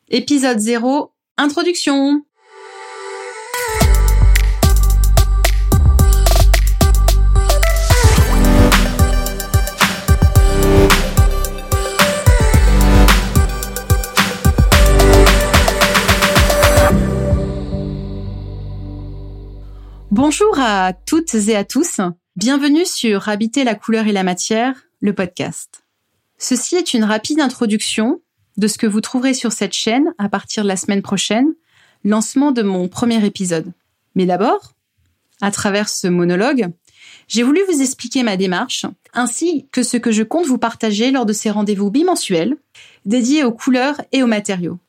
Épisode 0, introduction. Bonjour à toutes et à tous. Bienvenue sur Habiter la couleur et la matière, le podcast. Ceci est une rapide introduction de ce que vous trouverez sur cette chaîne à partir de la semaine prochaine, lancement de mon premier épisode. Mais d'abord, à travers ce monologue, j'ai voulu vous expliquer ma démarche, ainsi que ce que je compte vous partager lors de ces rendez-vous bimensuels, dédiés aux couleurs et aux matériaux.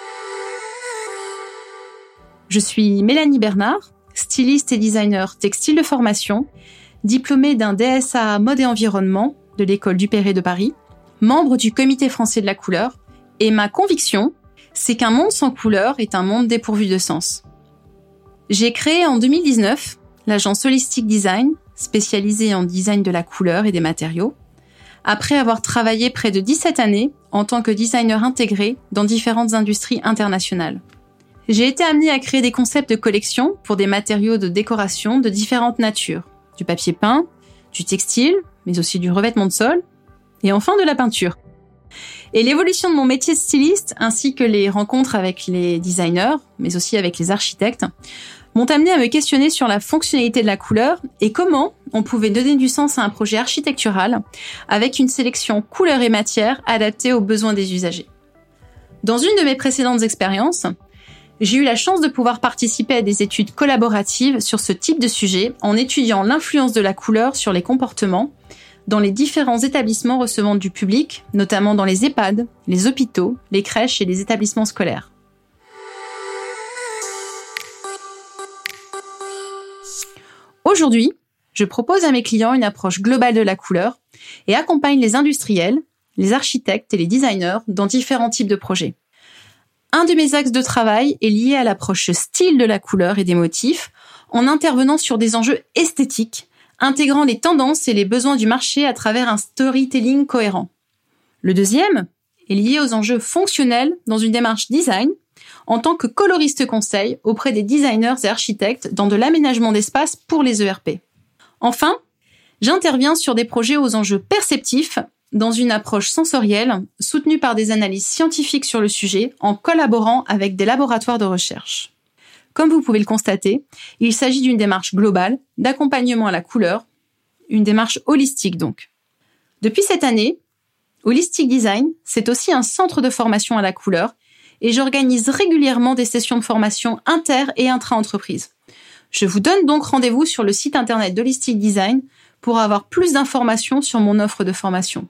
Je suis Mélanie Bernard, styliste et designer textile de formation, diplômée d'un DSA mode et environnement de l'école Duperré de Paris, membre du Comité français de la couleur, et ma conviction, c'est qu'un monde sans couleur est un monde dépourvu de sens. J'ai créé en 2019 l'agence Holistic Design, spécialisée en design de la couleur et des matériaux, après avoir travaillé près de 17 années en tant que designer intégré dans différentes industries internationales. J'ai été amenée à créer des concepts de collection pour des matériaux de décoration de différentes natures, du papier peint, du textile, mais aussi du revêtement de sol, et enfin de la peinture. Et l'évolution de mon métier de styliste, ainsi que les rencontres avec les designers, mais aussi avec les architectes, m'ont amené à me questionner sur la fonctionnalité de la couleur et comment on pouvait donner du sens à un projet architectural avec une sélection couleurs et matières adaptée aux besoins des usagers. Dans une de mes précédentes expériences, j'ai eu la chance de pouvoir participer à des études collaboratives sur ce type de sujet en étudiant l'influence de la couleur sur les comportements dans les différents établissements recevant du public, notamment dans les EHPAD, les hôpitaux, les crèches et les établissements scolaires. Aujourd'hui, je propose à mes clients une approche globale de la couleur et accompagne les industriels, les architectes et les designers dans différents types de projets. Un de mes axes de travail est lié à l'approche style de la couleur et des motifs, en intervenant sur des enjeux esthétiques, intégrant les tendances et les besoins du marché à travers un storytelling cohérent. Le deuxième est lié aux enjeux fonctionnels dans une démarche design, en tant que coloriste conseil auprès des designers et architectes dans de l'aménagement d'espace pour les ERP. Enfin, j'interviens sur des projets aux enjeux perceptifs, dans une approche sensorielle, soutenue par des analyses scientifiques sur le sujet, en collaborant avec des laboratoires de recherche. Comme vous pouvez le constater, il s'agit d'une démarche globale, d'accompagnement à la couleur, une démarche holistique donc. Depuis cette année, Holistic Design, c'est aussi un centre de formation à la couleur, et j'organise régulièrement des sessions de formation inter- et intra-entreprises. Je vous donne donc rendez-vous sur le site internet d'Holistic Design pour avoir plus d'informations sur mon offre de formation.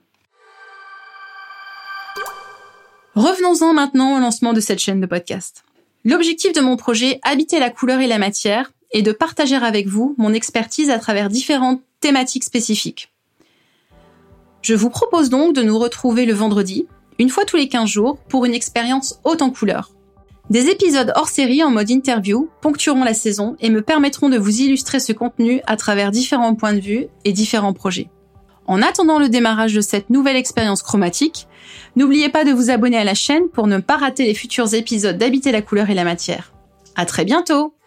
Revenons-en maintenant au lancement de cette chaîne de podcast. L'objectif de mon projet Habiter la couleur et la matière est de partager avec vous mon expertise à travers différentes thématiques spécifiques. Je vous propose donc de nous retrouver le vendredi, une fois tous les 15 jours, pour une expérience haute en couleurs. Des épisodes hors série en mode interview ponctueront la saison et me permettront de vous illustrer ce contenu à travers différents points de vue et différents projets. En attendant le démarrage de cette nouvelle expérience chromatique, n'oubliez pas de vous abonner à la chaîne pour ne pas rater les futurs épisodes d'Habiter la couleur et la matière. À très bientôt!